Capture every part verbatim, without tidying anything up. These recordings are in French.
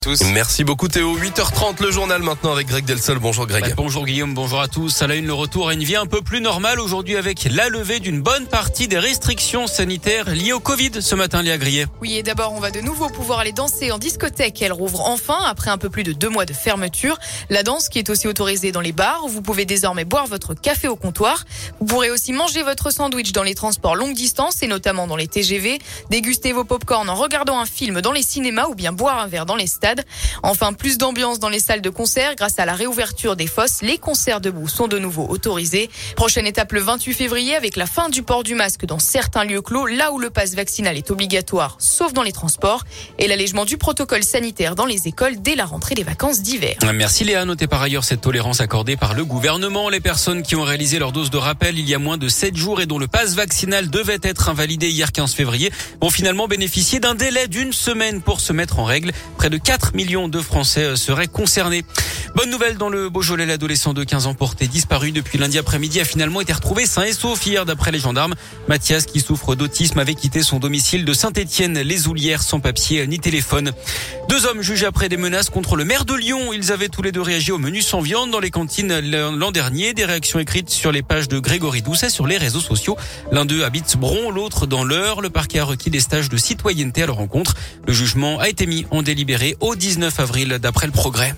Tous. Merci beaucoup Théo. huit heures trente, le journal maintenant avec Greg Delsol. Bonjour Greg. Bah, bonjour Guillaume, bonjour à tous. À la une, le retour à une vie un peu plus normale aujourd'hui avec la levée d'une bonne partie des restrictions sanitaires liées au Covid ce matin, Léa Grillet. Oui, et d'abord, on va de nouveau pouvoir aller danser en discothèque. Elle rouvre enfin après un peu plus de deux mois de fermeture. La danse qui est aussi autorisée dans les bars. Vous pouvez désormais boire votre café au comptoir. Vous pourrez aussi manger votre sandwich dans les transports longue distance et notamment dans les T G V. Déguster vos pop-corn en regardant un film dans les cinémas ou bien boire un verre dans les stades. Enfin, plus d'ambiance dans les salles de concert. Grâce à la réouverture des fosses, les concerts debout sont de nouveau autorisés. Prochaine étape le vingt-huit février avec la fin du port du masque dans certains lieux clos, là où le pass vaccinal est obligatoire, sauf dans les transports, et l'allègement du protocole sanitaire dans les écoles dès la rentrée des vacances d'hiver. Merci Léa. Notez par ailleurs cette tolérance accordée par le gouvernement. Les personnes qui ont réalisé leur dose de rappel il y a moins de sept jours et dont le pass vaccinal devait être invalidé hier quinze février vont finalement bénéficier d'un délai d'une semaine pour se mettre en règle. Près de quatre millions de Français seraient concernés. Bonne nouvelle dans le Beaujolais, l'adolescent de quinze ans porté disparu depuis lundi après-midi a finalement été retrouvé sain et sauf hier d'après les gendarmes. Mathias, qui souffre d'autisme, avait quitté son domicile de Saint-Étienne-les-Oulières sans papier ni téléphone. Deux hommes jugés après des menaces contre le maire de Lyon. Ils avaient tous les deux réagi au menu sans viande dans les cantines l'an dernier. Des réactions écrites sur les pages de Grégory Doucet sur les réseaux sociaux. L'un d'eux habite Bron, l'autre dans l'Eure. Le parquet a requis des stages de citoyenneté à leur rencontre. Le jugement a été mis en délibéré au dix-neuf avril d'après le Progrès.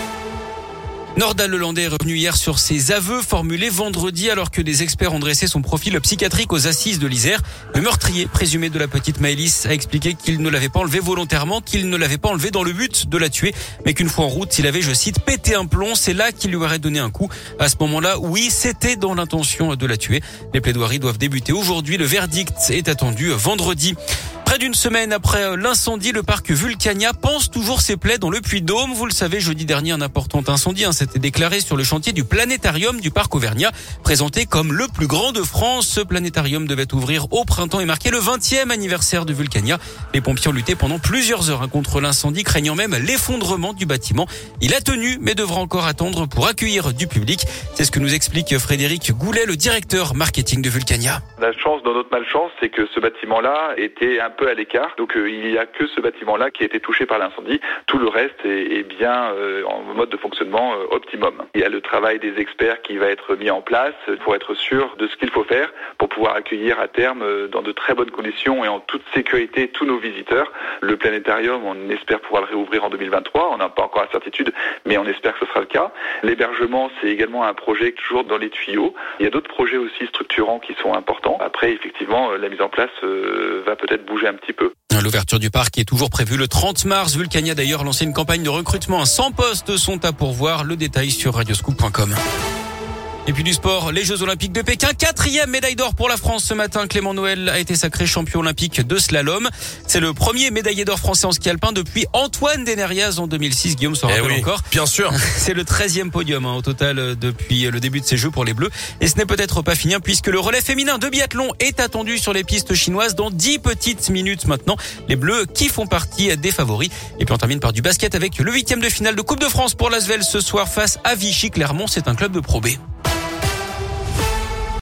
Nordal Lelandais est revenu hier sur ses aveux formulés vendredi alors que des experts ont dressé son profil psychiatrique aux assises de l'Isère. Le meurtrier présumé de la petite Maëlys a expliqué qu'il ne l'avait pas enlevée volontairement, qu'il ne l'avait pas enlevée dans le but de la tuer, mais qu'une fois en route, il avait, je cite, pété un plomb. C'est là qu'il lui aurait donné un coup. À ce moment-là, oui, c'était dans l'intention de la tuer. Les plaidoiries doivent débuter aujourd'hui. Le verdict est attendu vendredi. Près d'une semaine après l'incendie, le parc Vulcania pense toujours ses plaies dans le Puy-de-Dôme. Vous le savez, jeudi dernier, un important incendie hein, s'était déclaré sur le chantier du planétarium du parc Auvergnat, présenté comme le plus grand de France. Ce planétarium devait ouvrir au printemps et marquer le vingtième anniversaire de Vulcania. Les pompiers ont lutté pendant plusieurs heures hein, contre l'incendie, craignant même l'effondrement du bâtiment. Il a tenu, mais devra encore attendre pour accueillir du public. C'est ce que nous explique Frédéric Goulet, le directeur marketing de Vulcania. La chance dans notre malchance, c'est que ce bâtiment-là était un peu à l'écart. Donc euh, il n'y a que ce bâtiment-là qui a été touché par l'incendie. Tout le reste est, est bien euh, en mode de fonctionnement euh, optimum. Il y a le travail des experts qui va être mis en place pour être sûr de ce qu'il faut faire pour pouvoir accueillir à terme euh, dans de très bonnes conditions et en toute sécurité tous nos visiteurs. Le planétarium, on espère pouvoir le réouvrir en deux mille vingt-trois. On n'a pas encore la certitude, mais on espère que ce sera le cas. L'hébergement, c'est également un projet toujours dans les tuyaux. Il y a d'autres projets aussi structurants qui sont importants. Après, effectivement, la mise en place euh, va peut-être bouger un petit peu. L'ouverture du parc est toujours prévue le trente mars. Vulcania d'ailleurs lancé une campagne de recrutement. cent postes sont à pourvoir. Le détail sur radioscoop point com. Et puis du sport, les Jeux Olympiques de Pékin. Quatrième médaille d'or pour la France ce matin. Clément Noël a été sacré champion olympique de slalom. C'est le premier médaillé d'or français en ski alpin depuis Antoine Deneriaz en deux mille six. Guillaume s'en rappelle eh oui, encore. Bien sûr. C'est le treizième podium hein, au total depuis le début de ces Jeux pour les Bleus. Et ce n'est peut-être pas fini hein, puisque le relais féminin de biathlon est attendu sur les pistes chinoises dans dix petites minutes maintenant. Les Bleus qui font partie des favoris. Et puis on termine par du basket avec le huitième de finale de Coupe de France pour l'Asvel ce soir face à Vichy Clermont. C'est un club de Pro B.